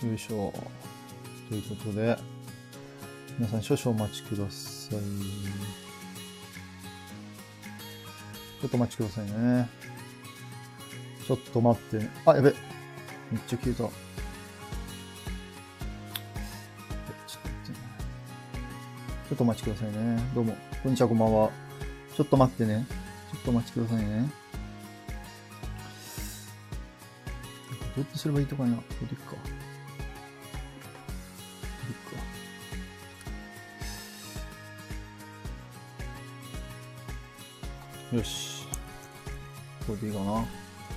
よいしょ。ということで、皆さん少々お待ちください。ちょっとお待ちくださいね。ちょっと待ってね。あ、やべ。めっちゃ消えた。ちょっとお待ちくださいね。どうも。こんにちは、こんばんは。ちょっと待ってね。ちょっとお待ちくださいね。どうやってすればいいとかな。これでいっか。よし。これでいいかな。がっ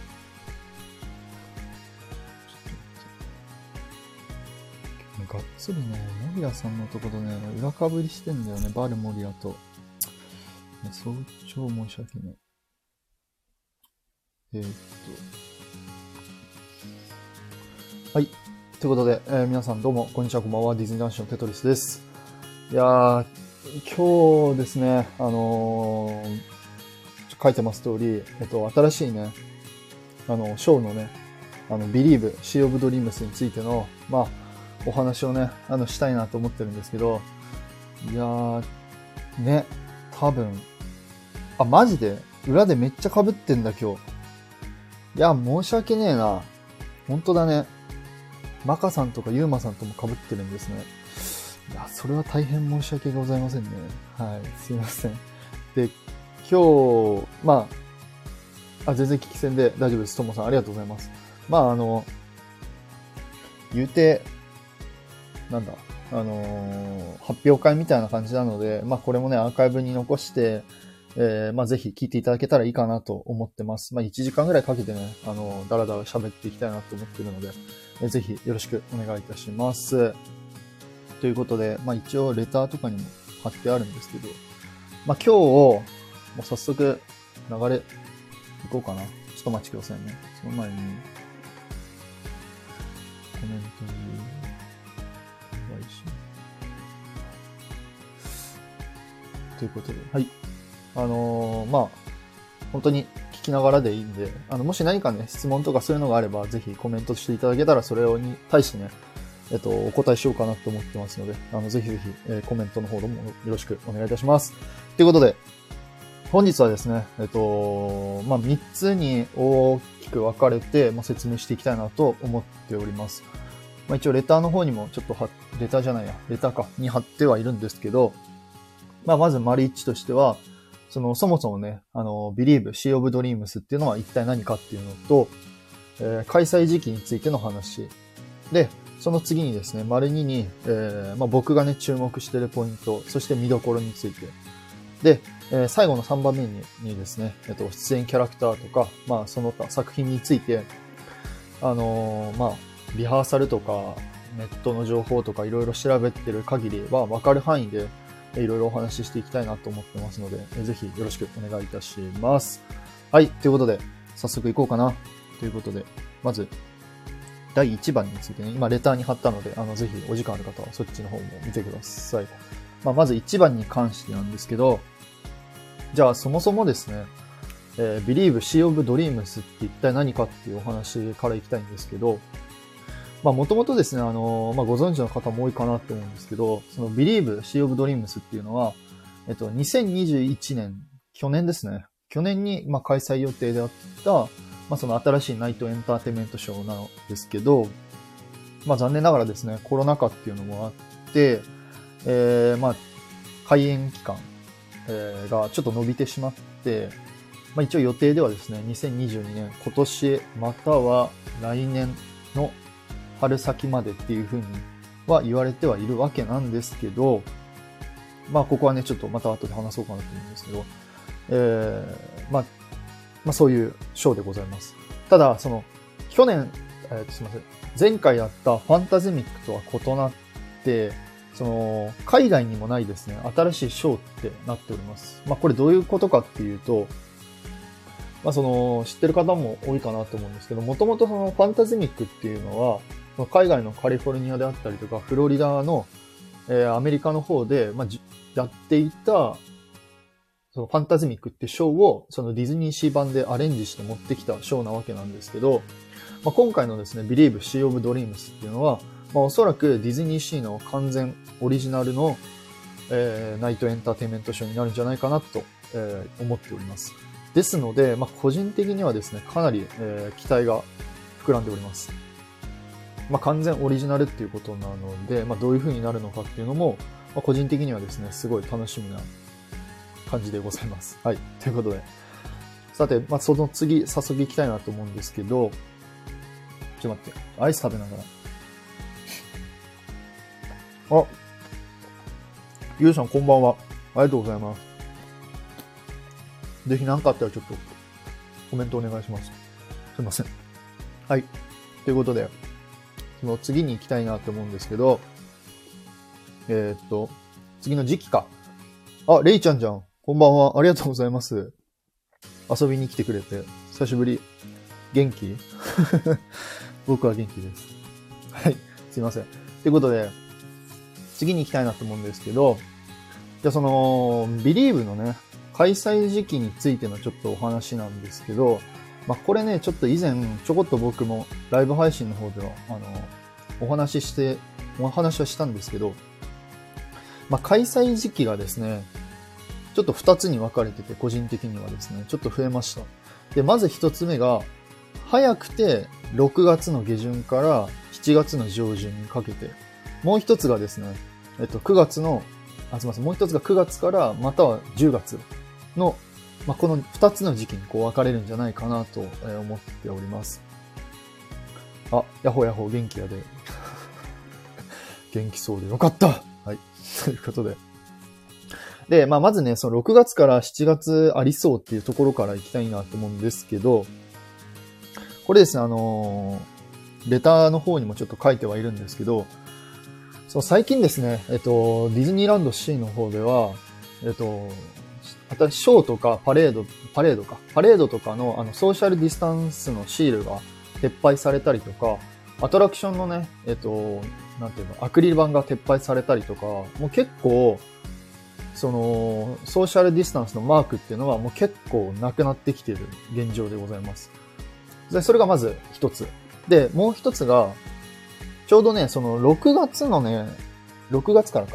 つりね、モリアさんのところね、裏かぶりしてんだよね、バルモリアと。そう、超申し訳ね。はい。ということで、皆さんどうも、こんにちは、こんばんは。ディズニー男子のテトリスです。いやー、今日ですね、書いてます通り、新しいね、ショーのね、Believe, Sea of Dreams についての、まあ、お話をね、したいなと思ってるんですけど、いやー、ね、多分、あ、マジで裏でめっちゃ被ってんだ、今日。いや、申し訳ねえな。本当だね。マカさんとかユーマさんとも被ってるんですね。いや、それは大変申し訳ございませんね。はい、すいません。で、今日、まあ、全然聞き戦で大丈夫です。ともさん、ありがとうございます。まあ、言うて、なんだ、発表会みたいな感じなので、まあ、これもね、アーカイブに残して、まあ、ぜひ聞いていただけたらいいかなと思ってます。まあ、1時間ぐらいかけてね、だらだら喋っていきたいなと思っているので、ぜひよろしくお願いいたします。ということで、まあ、一応レターとかにも貼ってあるんですけど、まあ、今日、もう早速、流れ、いこうかな。ちょっとお待ちくださいね。その前に、コメントに、ということで、はい。まあ、本当に聞きながらでいいんで、もし何かね、質問とかそういうのがあれば、ぜひコメントしていただけたら、それに対してね、お答えしようかなと思ってますので、ぜひぜひ、コメントの方もよろしくお願いいたします。ということで、本日はですね、まあ、3つに大きく分かれて、説明していきたいなと思っております。まあ、一応レターの方にもちょっとレターか、に貼ってはいるんですけど、まあ、まず丸1としては、そもそもね、Believe, Sea of Dreams っていうのは一体何かっていうのと、開催時期についての話。で、その次にですね、丸2に、まあ、僕がね、注目しているポイント、そして見どころについて。で、最後の3番目にですね、出演キャラクターとか、まあ、その他作品について、まあ、リハーサルとか、ネットの情報とかいろいろ調べてる限りは分かる範囲で、いろいろお話ししていきたいなと思ってますので、ぜひよろしくお願いいたします。はい、ということで、早速行こうかな。ということで、まず、第1番についてね、今レターに貼ったので、ぜひお時間ある方はそっちの方も見てください。まあ、まず1番に関してなんですけど、じゃあそもそもですね、Believe, Sea of Dreams って一体何かっていうお話からいきたいんですけど、まあもともとですね、まあご存知の方も多いかなと思うんですけど、その Believe, Sea of Dreams っていうのは、2021年、去年ですね。去年にまあ開催予定であった、まあその新しいナイトエンターテイメントショーなんですけど、まあ残念ながらですね、コロナ禍っていうのもあって、まあ開演期間、がちょっと伸びてしまって、まあ一応予定ではですね、2022年、今年または来年の春先までっていうふうには言われてはいるわけなんですけど、まあここはね、ちょっとまた後で話そうかなと思うんですけど、まあそういうショーでございます。ただ、去年、すみません、前回やったファンタズミックとは異なって、海外にもないですね、新しいショーってなっております。まあこれどういうことかっていうと、まあ知ってる方も多いかなと思うんですけど、もともとファンタズミックっていうのは、海外のカリフォルニアであったりとか、フロリダの、アメリカの方で、まあ、やっていた、ファンタズミックってショーを、ディズニーシー版でアレンジして持ってきたショーなわけなんですけど、まあ、今回のですね、Believe, Sea of Dreams っていうのは、 まあ、おそらくディズニーシーの完全オリジナルの、ナイトエンターテインメントショーになるんじゃないかなと、思っております。ですので、まあ、個人的にはですね、かなり、期待が膨らんでおります。まあ、完全オリジナルっていうことなので、まあ、どういう風になるのかっていうのも、まあ、個人的にはですね、すごい楽しみな感じでございます。はい。ということで。さて、まあ、その次、早速行きたいなと思うんですけど、ちょっと待って。アイス食べながら。あ、ゆうさんこんばんは。ありがとうございます。ぜひ何かあったらちょっとコメントお願いします。すいません。はい。ということで、その次に行きたいなと思うんですけど、次の時期か。あ、レイちゃんじゃん。こんばんは。ありがとうございます。遊びに来てくれて。久しぶり。元気僕は元気です。はい。すいません。ということで、次に行きたいなと思うんですけど、じゃあその、Believe のね、開催時期についてのちょっとお話なんですけど、まあ、これね、ちょっと以前、ちょこっと僕もライブ配信の方では、お話はしたんですけど、まあ、開催時期がですね、ちょっと2つに分かれてて、個人的にはですね、ちょっと増えました。で、まず1つ目が、早くて6月の下旬から7月の上旬にかけて、もう1つがですね、9月の、すみません、もう1つが9月からまたは10月の、まあ、この2つの時期にこう分かれるんじゃないかなと思っております。あ、やほやほ元気やで。元気そうでよかった。はい。ということで。で、まあ、まずね、その6月から7月ありそうっていうところから行きたいなと思うんですけど、これですね、レターの方にもちょっと書いてはいるんですけど、最近ですね、ディズニーランド C の方では、ショーとかパレードとかのソーシャルディスタンスのシールが撤廃されたりとか、アトラクションのね、なんていうの、アクリル板が撤廃されたりとか、もう結構、ソーシャルディスタンスのマークっていうのはもう結構なくなってきている現状でございます。で、それがまず一つ。で、もう一つが、ちょうどね、その6月のね、6月から、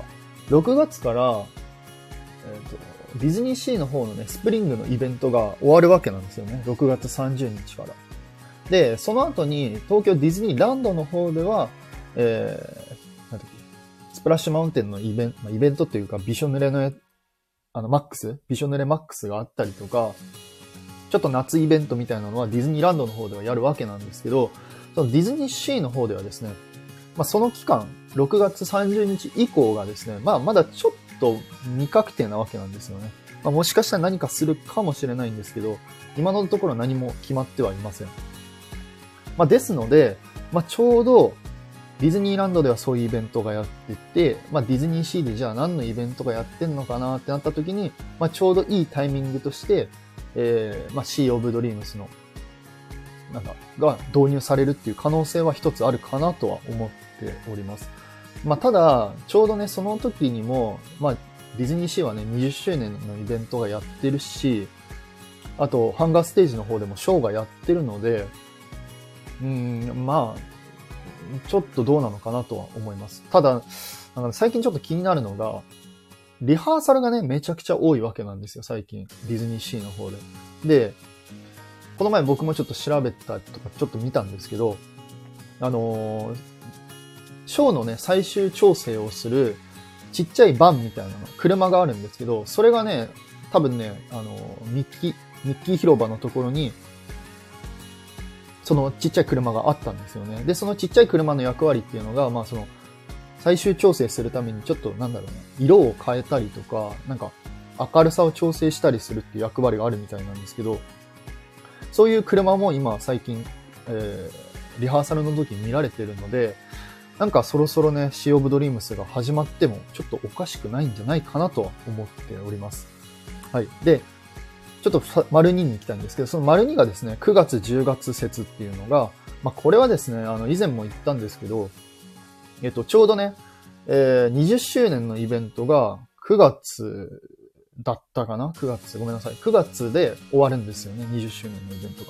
ディズニーシーの方のね、スプリングのイベントが終わるわけなんですよね。6月30日から。で、その後に東京ディズニーランドの方では、なんだっけ、スプラッシュマウンテンのイベントっていうか、びしょ濡れのびしょ濡れマックスがあったりとか、ちょっと夏イベントみたいなのはディズニーランドの方ではやるわけなんですけど、そのディズニーシーの方ではですね、まあ、その期間、6月30日以降がですね、まあ、まだちょっと未確定なわけなんですよね。まあ、もしかしたら何かするかもしれないんですけど、今のところ何も決まってはいません。まあ、ですので、まあ、ちょうどディズニーランドではそういうイベントがやってて、まあ、ディズニーシーでじゃあ何のイベントがやってんのかなってなった時に、まあ、ちょうどいいタイミングとして、まあ、シー・オブ・ドリームスの、が導入されるっていう可能性は一つあるかなとは思っております。まあ、ただ、ちょうどね、その時にも、まあ、ディズニーシーはね、20周年のイベントがやってるし、あと、ハンガーステージの方でもショーがやってるので、まあ、ちょっとどうなのかなとは思います。ただ、最近ちょっと気になるのが、リハーサルがね、めちゃくちゃ多いわけなんですよ、最近。ディズニーシーの方で。で、この前僕もちょっと調べたとかちょっと見たんですけど、ショーのね、最終調整をするちっちゃいバンみたいなの、車があるんですけど、それがね、多分ね、ミッキー広場のところに、そのちっちゃい車があったんですよね。で、そのちっちゃい車の役割っていうのが、まあその、最終調整するためにちょっとなんだろうな、色を変えたりとか、なんか明るさを調整したりするっていう役割があるみたいなんですけど、そういう車も今最近、リハーサルの時に見られてるので、なんかそろそろね、シー・オブ・ドリームスが始まってもちょっとおかしくないんじゃないかなとは思っております。はい。で、ちょっと丸2に行きたいんですけど、その丸2がですね、9月10月説っていうのが、まあこれはですね、以前も言ったんですけど、ちょうどね、20周年のイベントが9月だったかな ?9 月、ごめんなさい。9月で終わるんですよね。20周年のイベントが。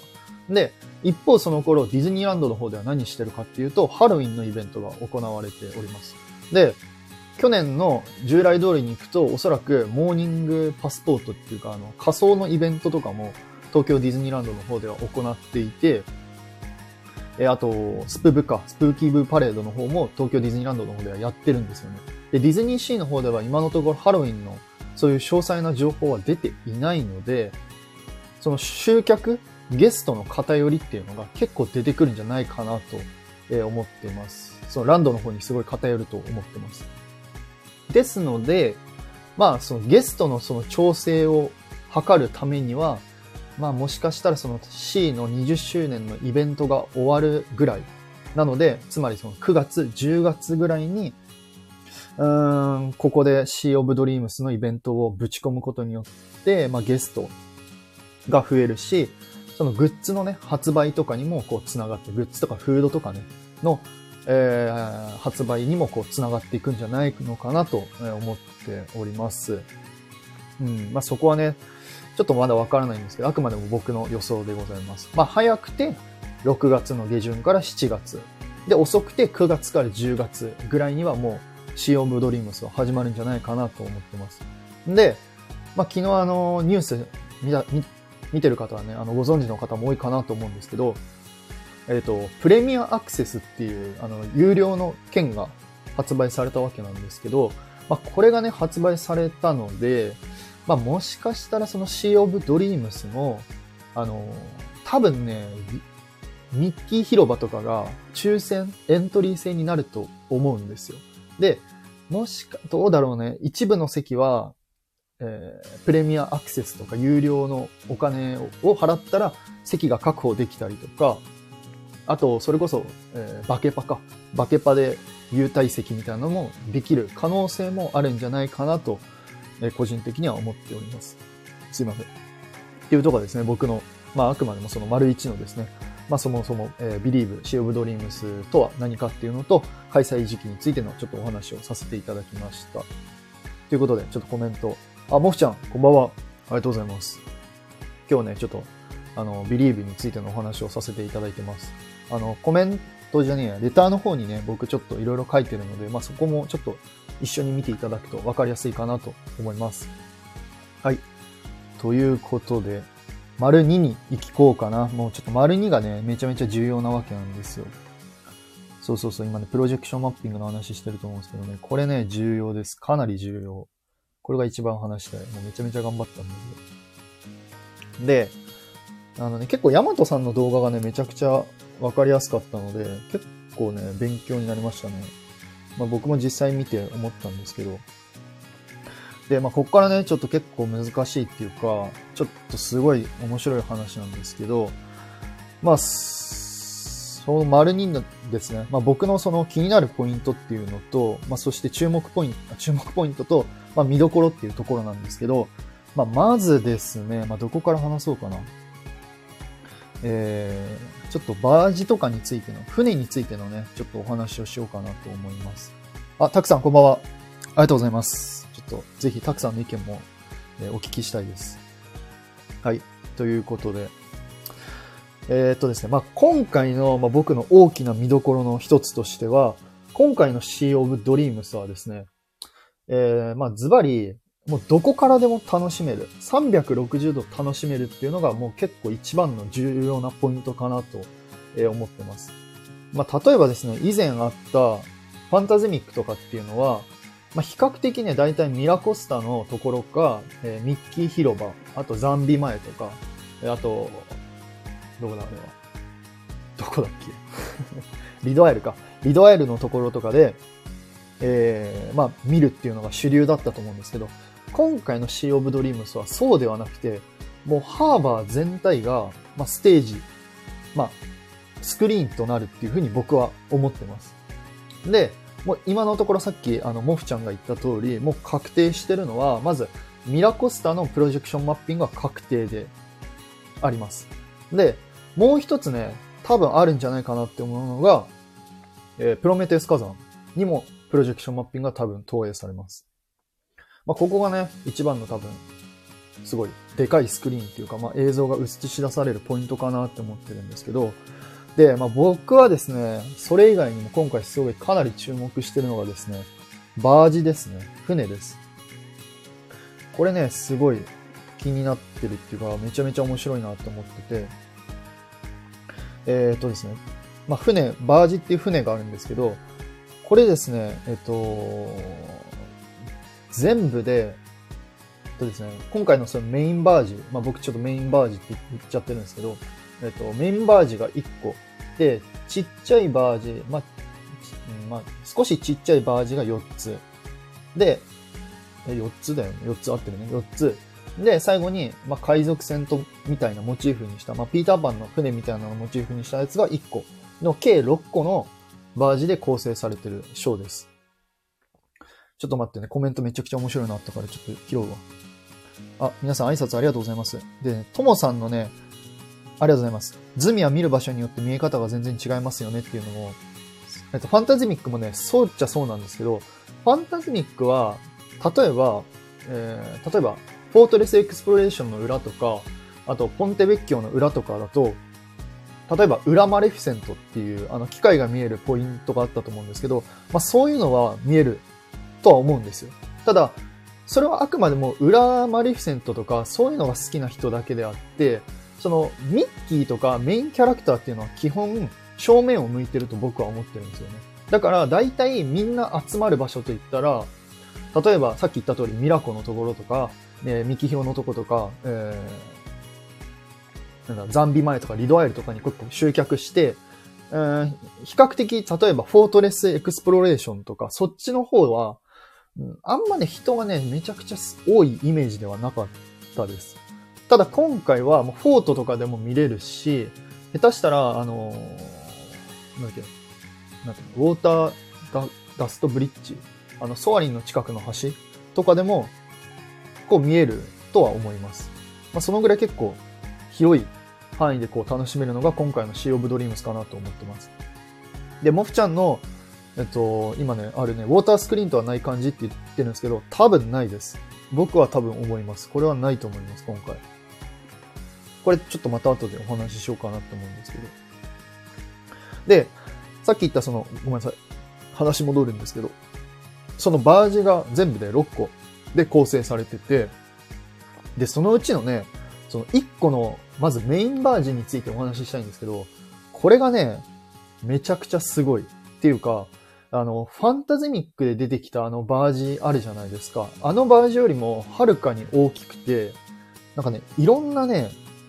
で、一方その頃ディズニーランドの方では何してるかっていうと、ハロウィンのイベントが行われております。で、去年の従来通りに行くと、おそらくモーニングパスポートっていうか、仮装のイベントとかも東京ディズニーランドの方では行っていて、あと、スプーキーブパレードの方も東京ディズニーランドの方ではやってるんですよね。で、ディズニーシーの方では今のところハロウィンのそういう詳細な情報は出ていないので、その集客、ゲストの偏りっていうのが結構出てくるんじゃないかなと思っています。そのランドの方にすごい偏ると思ってます。ですので、まあそのゲストのその調整を図るためには、まあもしかしたらその C の20周年のイベントが終わるぐらい。なので、つまりその9月、10月ぐらいに、ここで Sea of Dreams のイベントをぶち込むことによって、まあゲストが増えるし、そのグッズのね、発売とかにもこう繋がって、グッズとかフードとかね、の、発売にもこう繋がっていくんじゃないのかなと思っております。まあそこはね、ちょっとまだわからないんですけど、あくまでも僕の予想でございます。まあ早くて6月の下旬から7月。で、遅くて9月から10月ぐらいにはもうSea of Dreamsは始まるんじゃないかなと思ってます。で、まあ昨日ニュース見てる方はね、ご存知の方も多いかなと思うんですけど、プレミアアクセスっていう、有料の券が発売されたわけなんですけど、まあこれがね、発売されたので、まあもしかしたらその Sea of Dreams の、多分ね、ミッキー広場とかが抽選、エントリー制になると思うんですよ。で、どうだろうね、一部の席は、プレミアアクセスとか有料のお金を払ったら席が確保できたりとか、あと、それこそ、バケパで優待席みたいなのもできる可能性もあるんじゃないかなと、個人的には思っております。すいません。っていうところですね、僕の、まあ、あくまでもその丸1のですね、まあ、そもそも、Believe Sea of Dreams とは何かっていうのと、開催時期についてのちょっとお話をさせていただきました。ということで、ちょっとコメント。もふちゃん、こんばんは。ありがとうございます。今日ね、ちょっと、Believe についてのお話をさせていただいてます。コメントじゃねえや、レターの方にね、僕ちょっといろいろ書いてるので、まあ、そこもちょっと一緒に見ていただくと分かりやすいかなと思います。はい。ということで、丸2に行こうかな。もうちょっと丸2がね、めちゃめちゃ重要なわけなんですよ。そう、今ね、プロジェクションマッピングの話してると思うんですけどね、これね、重要です。かなり重要。これが一番話したい。もうめちゃめちゃ頑張ったんだけど。で、結構ヤマトさんの動画がね、めちゃくちゃわかりやすかったので、結構ね、勉強になりましたね。まあ僕も実際見て思ったんですけど。で、まあここからね、ちょっと結構難しいっていうか、ちょっとすごい面白い話なんですけど、まあ、その丸2のですね、まあ僕のその気になるポイントっていうのと、まあそして注目ポイントと、まあ見どころっていうところなんですけど、まあまずですね、まあどこから話そうかな。ちょっとバージとかについての、船についてのね、ちょっとお話をしようかなと思います。たくさんこんばんは。ありがとうございます。ちょっとぜひたくさんの意見も、お聞きしたいです。はい。ということで。ですね、まあ今回の、まあ、僕の大きな見どころの一つとしては、今回の Sea of Dreams はですね、まあズバリ、もうどこからでも楽しめる。360度楽しめるっていうのがもう結構一番の重要なポイントかなと思ってます。まあ例えばですね、以前あったファンタズミックとかっていうのは、まあ比較的ね、だいたいミラコスタのところか、ミッキー広場、あとザンビ前とか、あと、どこだあれは。どこだっけリドアイルか。リドアイルのところとかで、まあ見るっていうのが主流だったと思うんですけど、今回の Sea of Dreams はそうではなくて、もうハーバー全体が、まあ、ステージ、まあ、スクリーンとなるっていうふうに僕は思ってます。で、もう今のところさっきモフちゃんが言った通り、もう確定してるのは、まずミラコスタのプロジェクションマッピングが確定であります。で、もう一つね、多分あるんじゃないかなって思うのが、プロメテウス火山にもプロジェクションマッピングが多分投影されます。まあ、ここがね、一番の多分、 すごいでかいスクリーンっていうか、まあ映像が映し出されるポイントかなって思ってるんですけど、で、まあ僕はですね、それ以外にも今回すごいかなり注目してるのがですね、バージですね。船です。これね、すごい気になってるっていうか、めちゃめちゃ面白いなって思ってて、ですね、まあ船、バージっていう船があるんですけど、これですね、全部で、ですね、今回のそのメインバージ、まあ僕ちょっとメインバージって言っちゃってるんですけど、メインバージが1個。で、ちっちゃいバージ、まあ、少しちっちゃいバージが4つ。で、4つだよね。4つ合ってるね。4つ。で、最後に、まあ、海賊船と、みたいなモチーフにした、まあ、ピーターパンの船みたいなのをモチーフにしたやつが1個の計6個のバージで構成されてるショーです。ちょっと待ってね。コメントめちゃくちゃ面白いなったからちょっと拾うわ。あ、皆さん挨拶ありがとうございます。で、ともさんのね、ありがとうございます。ズミは見る場所によって見え方が全然違いますよねっていうのも、ファンタズミックもね、そうっちゃそうなんですけど、ファンタズミックは、例えば、フォートレスエクスプロレーションの裏とか、あと、ポンテベッキオの裏とかだと、例えば、裏マレフィセントっていう、機械が見えるポイントがあったと思うんですけど、まあそういうのは見えるとは思うんですよ。ただ、それはあくまでも裏マレフィセントとか、そういうのが好きな人だけであって、その、ミッキーとかメインキャラクターっていうのは基本、正面を向いてると僕は思ってるんですよね。だから、大体みんな集まる場所といったら、例えばさっき言った通りミラコのところとか、ミキヒョのとことか、ザンビ前とかリドアイルとかに集客して、比較的、例えばフォートレスエクスプロレーションとか、そっちの方は、あんまね、人がね、めちゃくちゃ多いイメージではなかったです。ただ今回はもうフォートとかでも見れるし、下手したら、なんだっけ、ウォーターダストブリッジ、ソアリンの近くの橋とかでも、こう見えるとは思います。まあ、そのぐらい結構広い範囲でこう楽しめるのが今回のシー・オブ・ドリームスかなと思ってます。で、モフちゃんの、今ね、あるね、ウォータースクリーンとはない感じって言ってるんですけど、多分ないです。僕は多分思います。これはないと思います、今回。これちょっとまた後でお話ししようかなと思うんですけど。で、さっき言ったごめんなさい。話戻るんですけど、そのバージが全部で6個で構成されてて、で、そのうちのね、その1個の、まずメインバージについてお話ししたいんですけど、これがね、めちゃくちゃすごい。っていうか、ファンタズミックで出てきたバージあるじゃないですか。バージよりもはるかに大きくて、なんかね、いろんなね、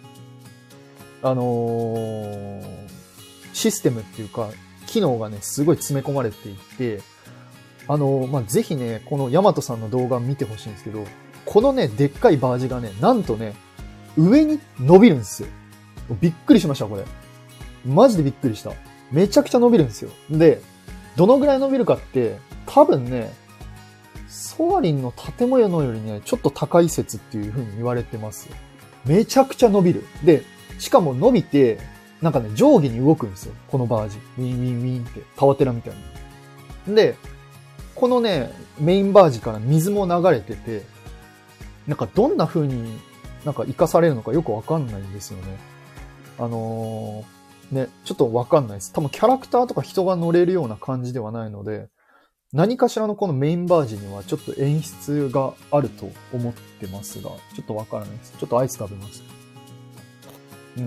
システムっていうか、機能がね、すごい詰め込まれていて、ぜひね、このヤマトさんの動画見てほしいんですけど、このね、でっかいバージがね、なんとね、上に伸びるんですよ。びっくりしました、これ。マジでびっくりした。めちゃくちゃ伸びるんですよ。で、どのぐらい伸びるかって、多分ね、ソアリンの建物よりね、ちょっと高い説っていう風に言われてます。めちゃくちゃ伸びる。で、しかも伸びて、なんかね、上下に動くんですよ。このバージ。ウィンウィンウィンって、タワテラみたいな。で、このね、メインバージから水も流れてて、なんかどんな風になんか活かされるのかよくわかんないんですよね。ね、ちょっとわかんないです。多分キャラクターとか人が乗れるような感じではないので、何かしらのこのメインバージにはちょっと演出があると思ってますが、ちょっとわからないです。ちょっとアイス食べます。うん。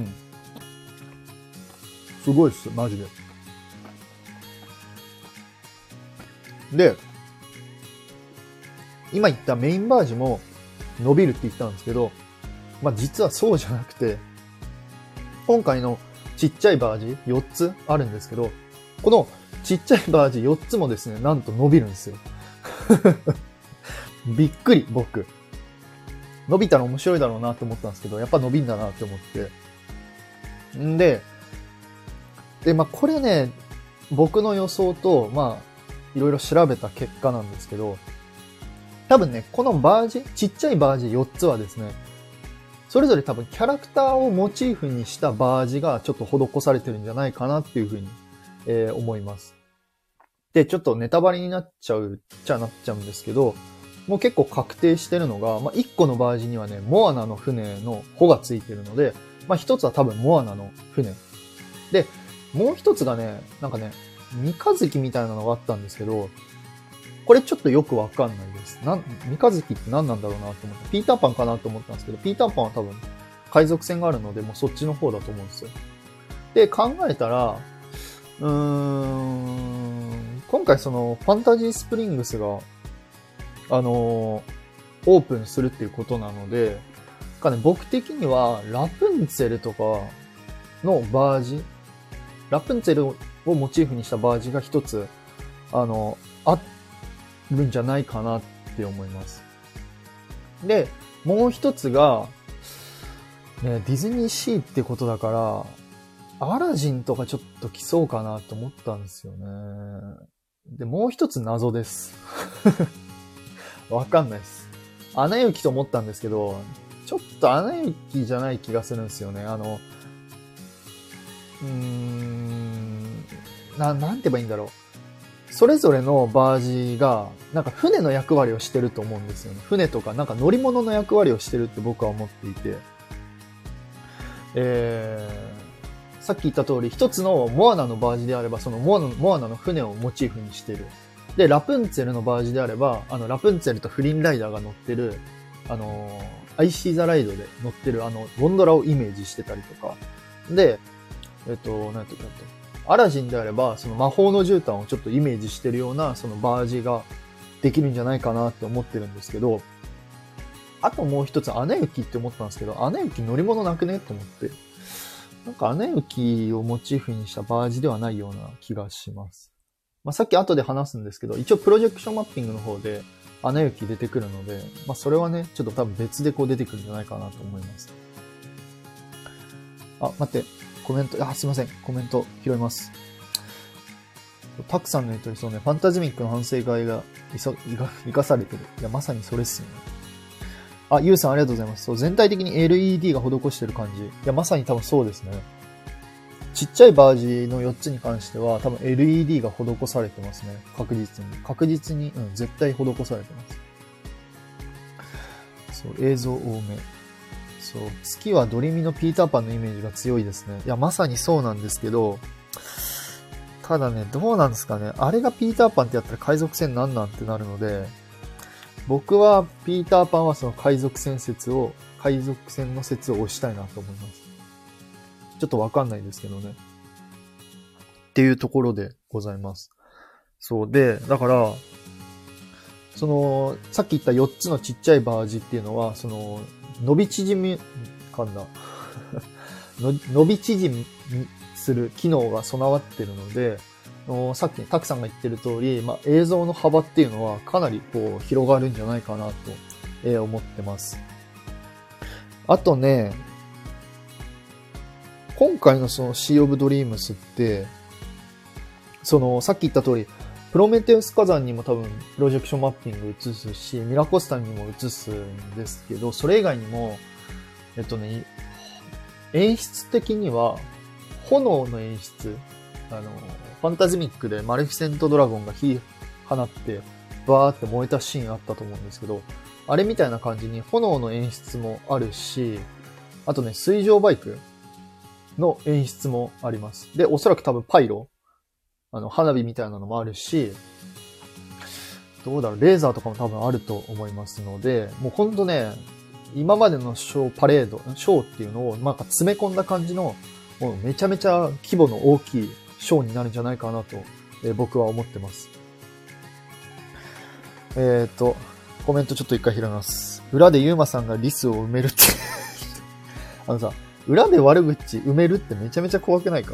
すごいっす、マジで。で、今言ったメインバージも伸びるって言ったんですけど、まあ実はそうじゃなくて、今回のちっちゃいバージ4つあるんですけど、このちっちゃいバージ4つもですね、なんと伸びるんですよ。びっくり、僕。伸びたら面白いだろうなって思ったんですけど、やっぱ伸びんだなって思って。んで、まあこれね、僕の予想と、まあ、いろいろ調べた結果なんですけど、多分ね、このバージ、ちっちゃいバージ4つはですね、それぞれ多分キャラクターをモチーフにしたバージがちょっと施されてるんじゃないかなっていうふうに、思います。で、ちょっとネタバレになっちゃうんですけど、 もう結構確定してるのが、まあ、1個のバージにはね、モアナの船の帆がついてるので、まあ、1つは多分モアナの船。で、もう1つがね、なんかね、三日月みたいなのがあったんですけど、これちょっとよくわかんないです。三日月って何なんだろうなと思って、ピーターパンかなと思ったんですけど、ピーターパンは多分海賊船があるので、もうそっちの方だと思うんですよ。で、考えたら、今回そのファンタジースプリングスが、オープンするっていうことなので、僕的にはラプンツェルとかのバージ、ラプンツェルをモチーフにしたバージが一つ、あるんじゃないかなって思います。で、もう一つが、ね、ディズニーシーってことだから、アラジンとかちょっと来そうかなと思ったんですよね。で、もう一つ謎です。わかんないです。アナ雪と思ったんですけど、ちょっとアナ雪じゃない気がするんですよね。なんて言えばいいんだろう。それぞれのバージが、なんか船の役割をしてると思うんですよね。船とか、なんか乗り物の役割をしてるって僕は思っていて。さっき言った通り、一つのモアナのバージであれば、そのモアナの船をモチーフにしてる。で、ラプンツェルのバージであれば、ラプンツェルとフリンライダーが乗ってる、アイシーザライドで乗ってるゴンドラをイメージしてたりとか。で、アラジンであれば、その魔法の絨毯をちょっとイメージしてるような、そのバージができるんじゃないかなって思ってるんですけど、あともう一つ、アナ雪って思ったんですけど、アナ雪乗り物なくねって思って、なんかアナ雪をモチーフにしたバージではないような気がします。まあ、さっき後で話すんですけど、一応プロジェクションマッピングの方でアナ雪出てくるので、まあ、それはね、ちょっと多分別でこう出てくるんじゃないかなと思います。あ、待って。コメント、すいません。コメント拾います。タクさんの言うとりそうね、ファンタジミックの反省会が生かされてる。いや、まさにそれっすよね。あ、ゆうさんありがとうございます。そう、全体的に LED が施してる感じ。いや、まさに多分そうですね。ちっちゃいバージの4つに関しては、多分 LED が施されてますね。確実に、絶対施されてます。そう、映像多め。そう、月はドリミのピーターパンのイメージが強いですね。いや、まさにそうなんですけど、ただね、どうなんですかね。あれがピーターパンってやったら海賊船なんてなるので、僕はピーターパンはその海賊船の説を推したいなと思います。ちょっとわかんないですけどね。っていうところでございます。そうで、だから、その、さっき言った4つのちっちゃいバージっていうのは、その、伸び縮みする機能が備わってるので、さっきタクさんが言ってる通り、まあ、映像の幅っていうのはかなりこう広がるんじゃないかなと、思ってます。あとね、今回のそのシー・オブ・ドリームスって、そのさっき言った通り、プロメテウス火山にも多分プロジェクションマッピング映すし、ミラコスタにも映すんですけど、それ以外にも、演出的には、炎の演出、ファンタジミックでマレフィセントドラゴンが火放って、バーって燃えたシーンあったと思うんですけど、あれみたいな感じに炎の演出もあるし、あとね、水上バイクの演出もあります。で、おそらく多分パイロ、花火みたいなのもあるし、どうだろう、レーザーとかも多分あると思いますので、もうほんとね、今までのショーっていうのをなんか詰め込んだ感じの、もうめちゃめちゃ規模の大きいショーになるんじゃないかなと、僕は思ってます。コメントちょっと一回拾います。裏でユーマさんがリスを埋めるってさ、裏で悪口埋めるってめちゃめちゃ怖くないか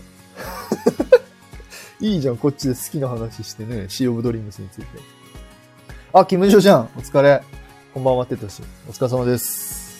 いいじゃん、こっちで好きな話してね、シー・オブ・ドリームスについて。あ、キムジョじゃん、お疲れ。こんばんは、てとし。お疲れ様です。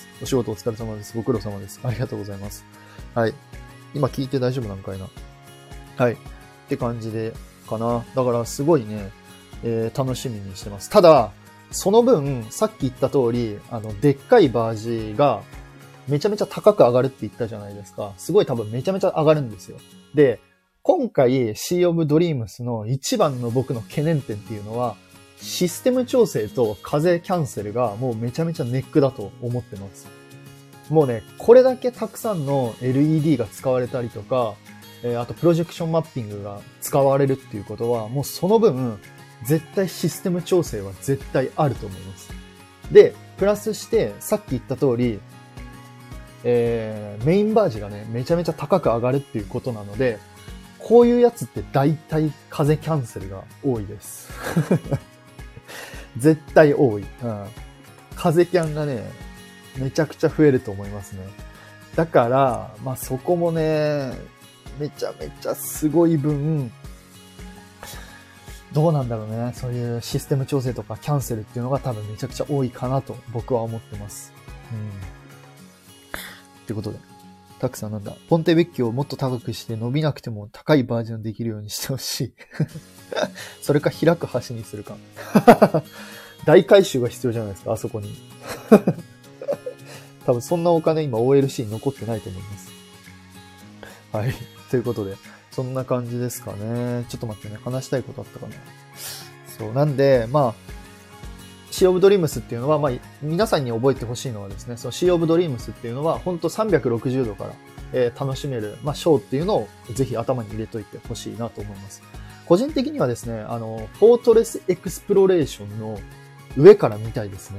お仕事お疲れ様です。ご苦労様です。ありがとうございます。はい。今聞いて大丈夫なんかいな。はい。って感じで、かな。だからすごいね、楽しみにしてます。ただ、その分、さっき言った通り、でっかいバージが、めちゃめちゃ高く上がるって言ったじゃないですか。すごい多分めちゃめちゃ上がるんですよ。で、今回、シー・オブ・ドリームスの一番の僕の懸念点っていうのは、 システム調整と風キャンセルがもうめちゃめちゃネックだと思ってます。もうね、これだけたくさんの LED が使われたりとか、あとプロジェクションマッピングが使われるっていうことは、もうその分、絶対システム調整は絶対あると思います。で、プラスして、さっき言った通り、メインバージがね、めちゃめちゃ高く上がるっていうことなので、こういうやつって大体風キャンセルが多いです。絶対多い。風キャンがね、めちゃくちゃ増えると思いますね。だから、まあそこもね、めちゃめちゃすごい分、どうなんだろうね。そういうシステム調整とかキャンセルっていうのが多分めちゃくちゃ多いかなと僕は思ってます。ってことで。たくさんなんだ。ポンテベッキをもっと高くして伸びなくても高いバージョンできるようにしてほしい。それか開く橋にするか。大改修が必要じゃないですか、あそこに。多分そんなお金今 OLC に残ってないと思います。はい。ということで、そんな感じですかね。ちょっと待ってね、話したいことあったかな。そう、なんで、まあ、シー・オブ・ドリームスっていうのは、まあ、皆さんに覚えてほしいのはですね、そのシー・オブ・ドリームスっていうのは、ほんと360度から、楽しめる、まあ、ショーっていうのをぜひ頭に入れといてほしいなと思います。個人的にはですね、フォートレス・エクスプロレーションの上から見たいですね。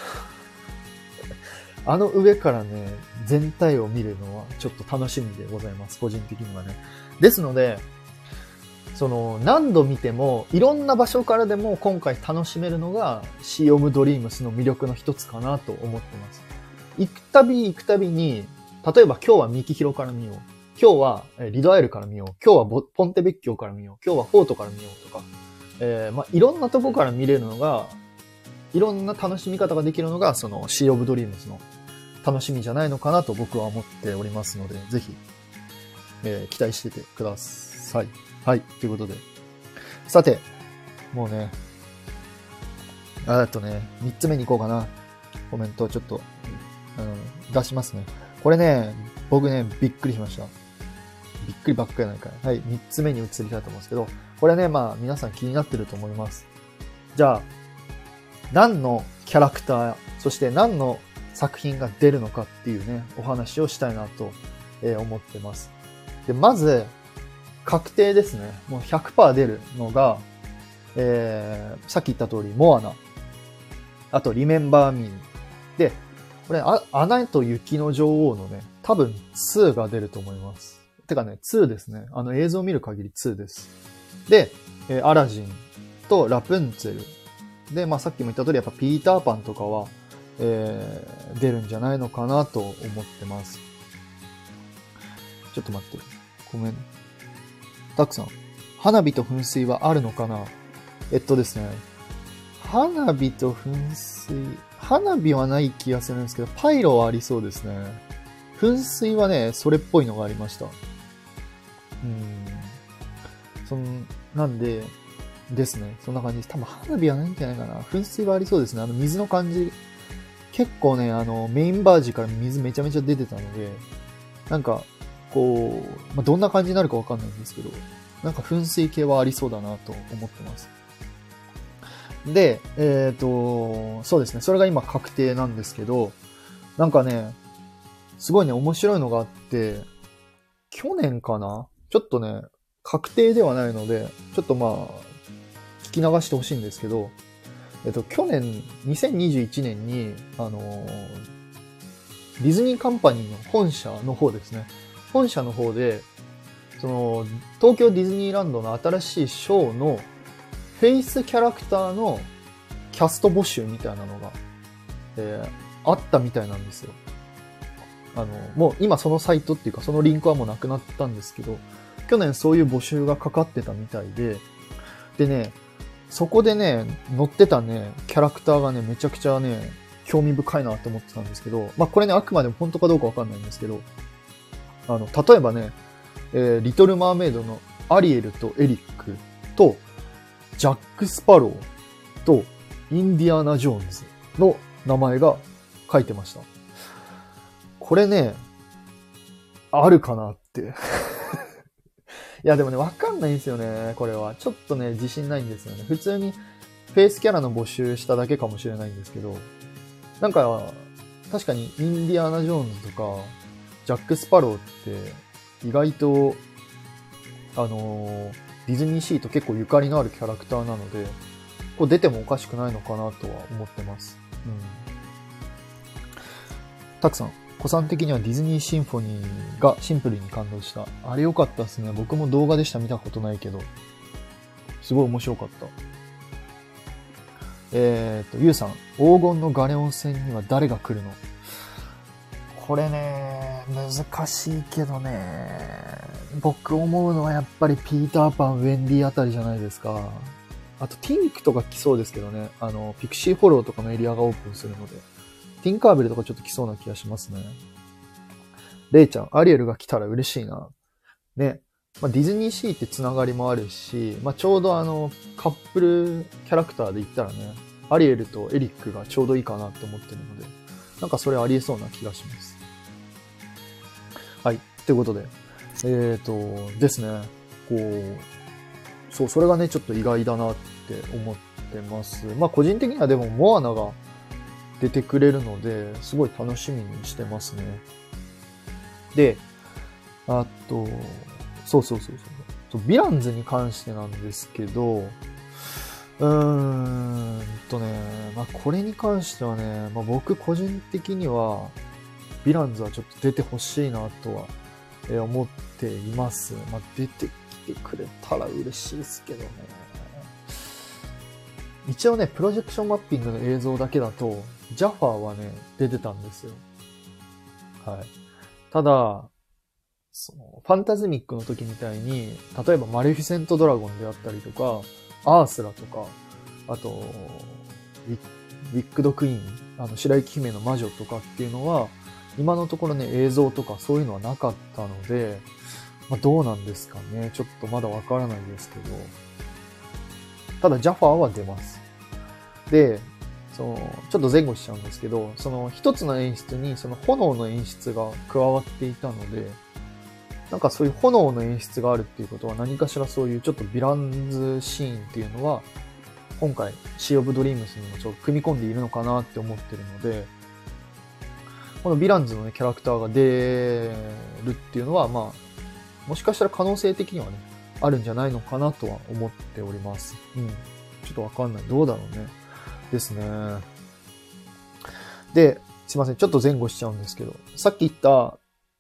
上からね、全体を見るのはちょっと楽しみでございます。個人的にはね。ですので、何度見ても、いろんな場所からでも今回楽しめるのが、シー・オブ・ドリームスの魅力の一つかなと思ってます。行くたびに、例えば今日はミキヒロから見よう。今日はリドアイルから見よう。今日はポンテベッキオから見よう。今日はフォートから見ようとか、まあ、いろんなとこから見れるのが、いろんな楽しみ方ができるのが、そのシー・オブ・ドリームスの楽しみじゃないのかなと僕は思っておりますので、ぜひ、期待しててください。はい、ということで。さて、もうね、3つ目に行こうかな。コメントをちょっと、出しますね。これね、僕ね、びっくりしました。びっくりばっかりやないかい。はい、3つ目に移りたいと思うんですけど、これね、まあ、皆さん気になってると思います。じゃあ、何のキャラクター、そして何の作品が出るのかっていうね、お話をしたいなと、思ってます。で、まず、確定ですね。もう 100% 出るのが、さっき言った通り、モアナ。あと、リメンバーミー。で、これ、アナと雪の女王のね、多分2が出ると思います。てかね、2ですね。映像を見る限り2です。で、アラジンとラプンツェル。で、まあさっきも言った通り、やっぱピーターパンとかは、出るんじゃないのかなと思ってます。ちょっと待って。ごめん。たくさん。花火と噴水はあるのかな？ですね。花火と噴水。花火はない気がするんですけど、パイロはありそうですね。噴水はね、それっぽいのがありました。なんで、ですね。そんな感じです。多分花火はないんじゃないかな。噴水はありそうですね。水の感じ。結構ね、メインバージから水めちゃめちゃ出てたので、なんか、こう、まあ、どんな感じになるかわかんないんですけど、なんか噴水系はありそうだなと思ってます。で、そうですね。それが今確定なんですけど、なんかね、すごいね、面白いのがあって、去年かな？ちょっとね、確定ではないので、ちょっとまあ、聞き流してほしいんですけど、去年、2021年に、ディズニーカンパニーの本社の方ですね。本社の方で、東京ディズニーランドの新しいショーのフェイスキャラクターのキャスト募集みたいなのが、あったみたいなんですよ。もう今そのサイトっていうかそのリンクはもうなくなったんですけど、去年そういう募集がかかってたみたいで、でね、そこでね、載ってたね、キャラクターがね、めちゃくちゃね、興味深いなって思ってたんですけど、まあこれね、あくまでも本当かどうかわかんないんですけど、例えばね、リトル・マーメイドのアリエルとエリックと、ジャック・スパローと、インディアナ・ジョーンズの名前が書いてました。これね、あるかなって。いやでもね、わかんないんですよね、これは。ちょっとね、自信ないんですよね。普通に、 フェイスキャラの募集しただけかもしれないんですけど、なんか、確かにインディアナ・ジョーンズとか、ジャック・スパローって意外と、ディズニーシーと結構ゆかりのあるキャラクターなので、こう出てもおかしくないのかなとは思ってます。うん。たくさん、子さん的にはディズニーシンフォニーがシンプルに感動した。あれ良かったですね。僕も動画でしか見たことないけど、すごい面白かった。ゆうさん、黄金のガレオン戦には誰が来るの？これね、難しいけどね、僕思うのはやっぱりピーターパン、ウェンディあたりじゃないですか。あと、ティンクとか来そうですけどね。ピクシーフォローとかのエリアがオープンするので。ティンカーベルとかちょっと来そうな気がしますね。レイちゃん、アリエルが来たら嬉しいな。ね。まあ、ディズニーシーってつながりもあるし、まあ、ちょうどカップルキャラクターで言ったらね、アリエルとエリックがちょうどいいかなって思ってるので、なんかそれありえそうな気がします。はい。ということで、ですね。こう、そう、それがね、ちょっと意外だなって思ってます。まあ、個人的にはでも、モアナが出てくれるので、すごい楽しみにしてますね。で、あと、そう。ヴィランズに関してなんですけど、まあ、これに関してはね、まあ、僕個人的には、ヴィランズはちょっと出てほしいなとは、思っています。まあ、出てきてくれたら嬉しいですけどね。一応ね、プロジェクションマッピングの映像だけだと、ジャファーはね、出てたんですよ。はい。ただ、ファンタズミックの時みたいに、例えばマレフィセントドラゴンであったりとか、アースラとか、あと、ウィックドクイーン、白雪姫の魔女とかっていうのは、今のところね、映像とかそういうのはなかったので、まあ、どうなんですかね。ちょっとまだわからないですけど。ただ、ジャファーは出ます。で、ちょっと前後しちゃうんですけど、一つの演出に炎の演出が加わっていたので、なんかそういう炎の演出があるっていうことは何かしらそういうちょっとヴィランズシーンっていうのは今回シー・オブ・ドリームスにもちょっと組み込んでいるのかなって思ってるので、このヴィランズのねキャラクターが出るっていうのはまあもしかしたら可能性的にはねあるんじゃないのかなとは思っております。うん。ちょっとわかんない。どうだろうね。ですね。で、すいません。ちょっと前後しちゃうんですけど、さっき言った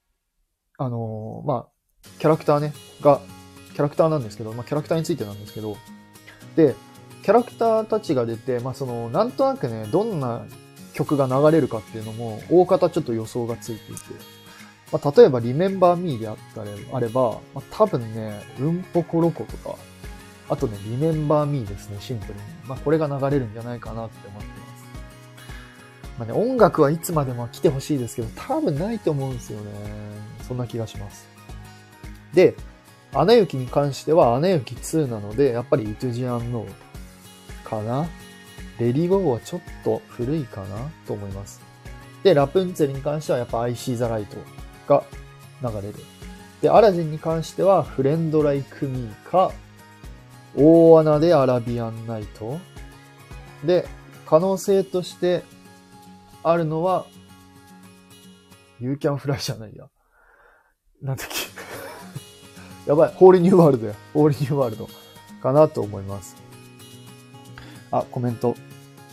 まあ、キャラクターなんですけど、まあ、キャラクターについてなんですけど、で、キャラクターたちが出て、まあ、なんとなくね、どんな曲が流れるかっていうのも、大方ちょっと予想がついていて、まあ、例えば、Remember Me であれば、まあ、多分ね、うんぽころことか、あとね、Remember Me ですね、シンプルに。まあ、これが流れるんじゃないかなって思ってます。まあね、音楽はいつまでも来てほしいですけど、多分ないと思うんですよね。そんな気がします。で、アナ雪に関しては、アナ雪2なので、やっぱりイトゥジアンノーかな。レディゴーはちょっと古いかなと思います。で、ラプンツェルに関しては、やっぱ I See the Light が流れる。で、アラジンに関しては、フレンドライクミーか、大穴でアラビアンナイト。で、可能性としてあるのは、You Can Fly じゃないや。なんだっけ。やばい。ホールニューワールドや。ホールニューワールドかなと思います。あ、コメント。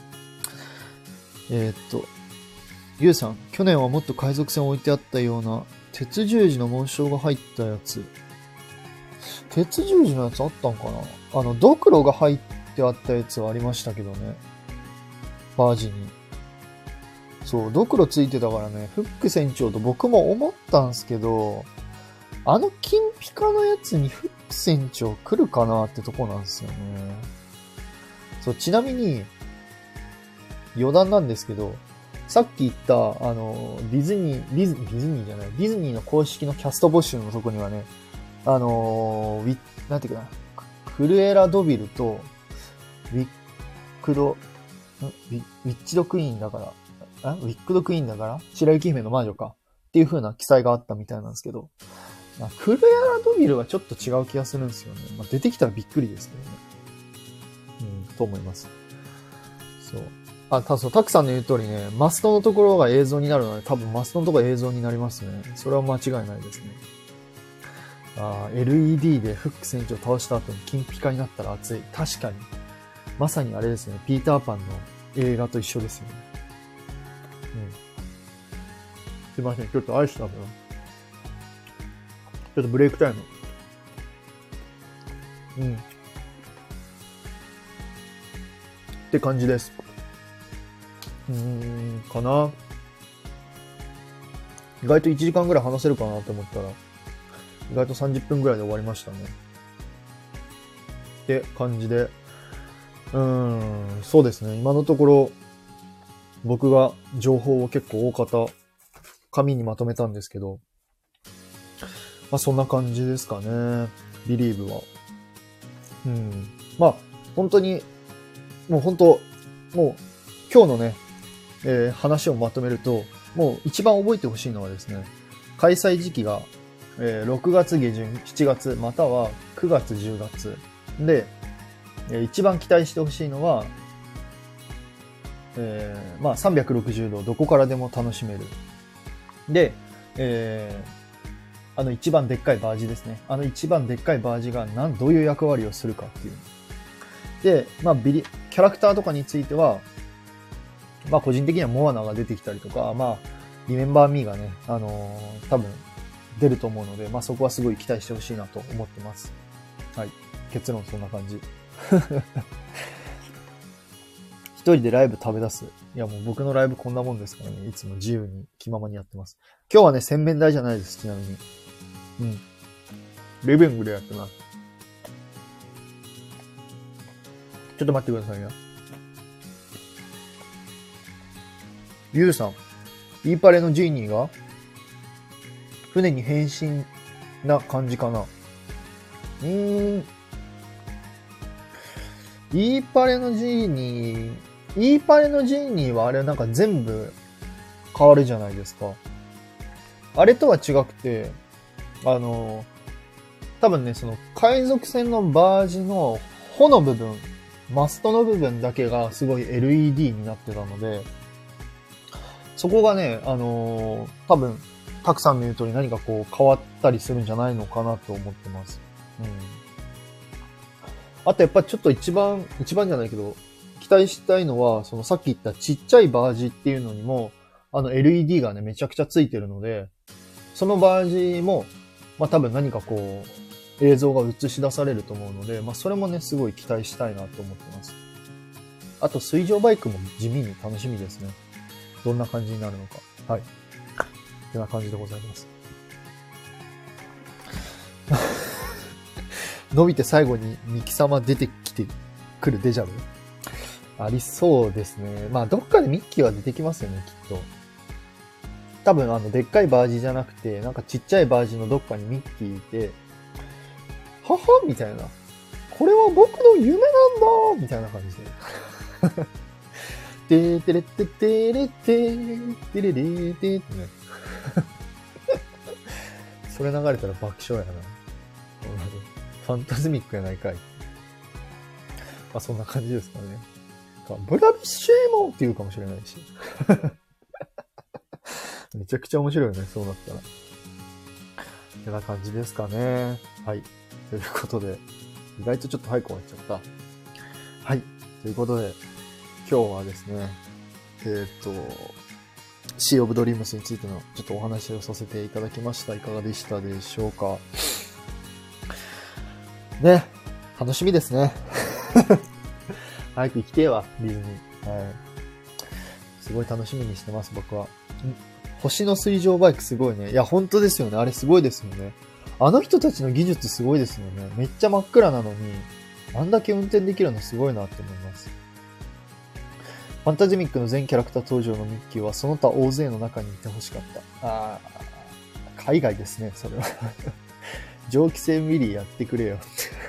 ゆうさん、去年はもっと海賊船置いてあったような、鉄十字の紋章が入ったやつ。鉄十字のやつあったんかな？ドクロが入ってあったやつはありましたけどね。バージに。そう、ドクロついてたからね、フック船長と僕も思ったんすけど、金ピカのやつにフック船長来るかなってとこなんですよね。そう、ちなみに、余談なんですけど、さっき言った、ディズニーの公式のキャスト募集のとこにはね、なんていうかな、クルエラ・ドビルと、ウィッチドクイーンだから、ウィックドクイーンだから白雪姫の魔女かっていう風な記載があったみたいなんですけど、クルエラ・ドビルはちょっと違う気がするんですよね。まあ、出てきたらびっくりですけどね。と思います。 そう。そう、タクさんの言う通りね、マストのところが映像になるので、多分マストのところが映像になりますね。それは間違いないですね。LED でフック船長を倒した後に金ピカになったら熱い。確かに。まさにあれですね、ピーターパンの映画と一緒ですよね。すいません、ちょっとアイス食べよう。ちょっとブレイクタイム。って感じです。かな。意外と1時間ぐらい話せるかなと思ったら、意外と30分ぐらいで終わりましたね。って感じで。そうですね。今のところ、僕が情報を結構大方、紙にまとめたんですけど、まあそんな感じですかね。ビリーブは。まあ、本当に、もう今日のね、話をまとめると、もう一番覚えてほしいのはですね、開催時期が、6月下旬、7月、または9月、10月。で、一番期待してほしいのは、まあ360度どこからでも楽しめる。で、一番でっかいバージですね。一番でっかいバージがどういう役割をするかっていう。で、まあキャラクターとかについては、まあ個人的にはモアナが出てきたりとか、まあ、リメンバーミーがね、多分出ると思うので、まあそこはすごい期待してほしいなと思ってます。はい。結論そんな感じ。一人でライブ食べ出す。いやもう僕のライブこんなもんですからね。いつも自由に気ままにやってます。今日はね、洗面台じゃないです、ちなみに。リビングでやってます。ちょっと待ってくださいよ。ゆうさん、イーパレのジーニーが船に変身な感じかな。イーパレのジーニーはあれなんか全部変わるじゃないですか。あれとは違くて、多分ね、その海賊船のバージの帆の部分、マストの部分だけがすごい LED になってたので、そこがね、多分、たくさんの言う通り何かこう変わったりするんじゃないのかなと思ってます。あとやっぱちょっと一番じゃないけど、期待したいのは、そのさっき言ったちっちゃいバージっていうのにも、LED がね、めちゃくちゃついてるので、そのバージも、まあ多分何かこう、映像が映し出されると思うので、まあそれもね、すごい期待したいなと思ってます。あと水上バイクも地味に楽しみですね。どんな感じになるのか。はい。こんな感じでございます。伸びて最後にミキ様出てきてくるデジャブありそうですね。まあ、どっかでミッキーは出てきますよね、きっと。多分、でっかいバージじゃなくて、なんかちっちゃいバージのどっかにミッキーいて、ははみたいな。これは僕の夢なんだみたいな感じで。てーてれっててれてーてれれーてーってね。それ流れたら爆笑やな。ファンタズミックやないかい。まあそんな感じですかね。ブラビッシュエモンって言うかもしれないし。めちゃくちゃ面白いよね、そうなったら。こんな感じですかね。はい。ということで、意外とちょっと早く終わっちゃった。はい。ということで、今日はですね、シー・オブ・ドリームスについてのちょっとお話をさせていただきました。いかがでしたでしょうか。ね、楽しみですね。早く行きてえわ、ディズニー。はい。すごい楽しみにしてます、僕は。星の水上バイクすごいね。いや、本当ですよね。あれすごいですよね。あの人たちの技術すごいですよね。めっちゃ真っ暗なのに、あんだけ運転できるのすごいなって思います。ファンタジミックの全キャラクター登場のミッキーはその他大勢の中にいてほしかった。海外ですね、それは。蒸気船ウィリーやってくれよって。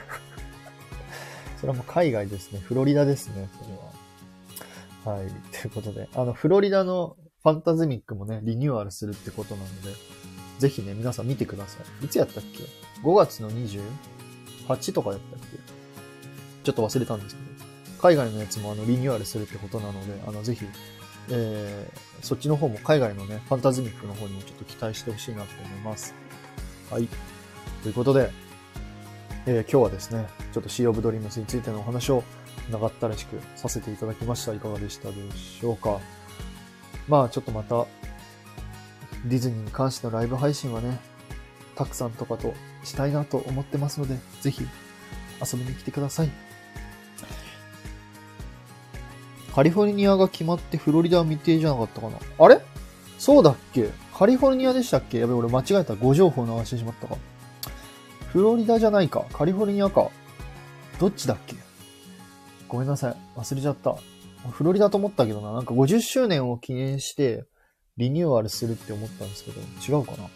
それはもう海外ですね。フロリダですね、それは。はい。ということで、フロリダのファンタズミックもね、リニューアルするってことなので、ぜひね、皆さん見てください。いつやったっけ ?5 月の28とかやったっけちょっと忘れたんですけど。 海外のやつもリニューアルするってことなので、ぜひ、そっちの方も海外のね、ファンタズミックの方にもちょっと期待してほしいなと思います。はい。ということで、今日はですね、ちょっとシー・オブ・ドリームスについてのお話を長ったらしくさせていただきました。いかがでしたでしょうか。まあちょっとまた、ディズニーに関してのライブ配信はね、たくさんとかとしたいなと思ってますので、ぜひ遊びに来てください。カリフォルニアが決まってフロリダは未定じゃなかったかな。あれそうだっけ？カリフォルニアでしたっけ？やべ、俺間違えた。誤情報流してしまったか。フロリダじゃないか。カリフォルニアか。どっちだっけ？ごめんなさい。忘れちゃった。フロリダと思ったけどな。なんか50周年を記念してリニューアルするって思ったんですけど、違うかな。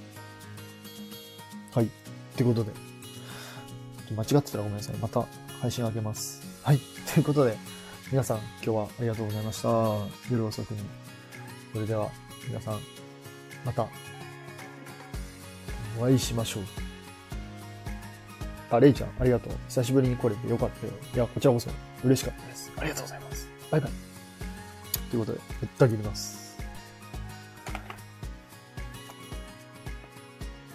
はい。ってことで。間違ってたらごめんなさい。また配信あげます。はい。ということで、皆さん今日はありがとうございました。夜遅くに。それでは皆さん、またお会いしましょう。レイちゃん、ありがとう。久しぶりに来れてよかったよ。いや、こちらこそ嬉しかったです。ありがとうございます。バイバイ。ということで、ぶった切ります。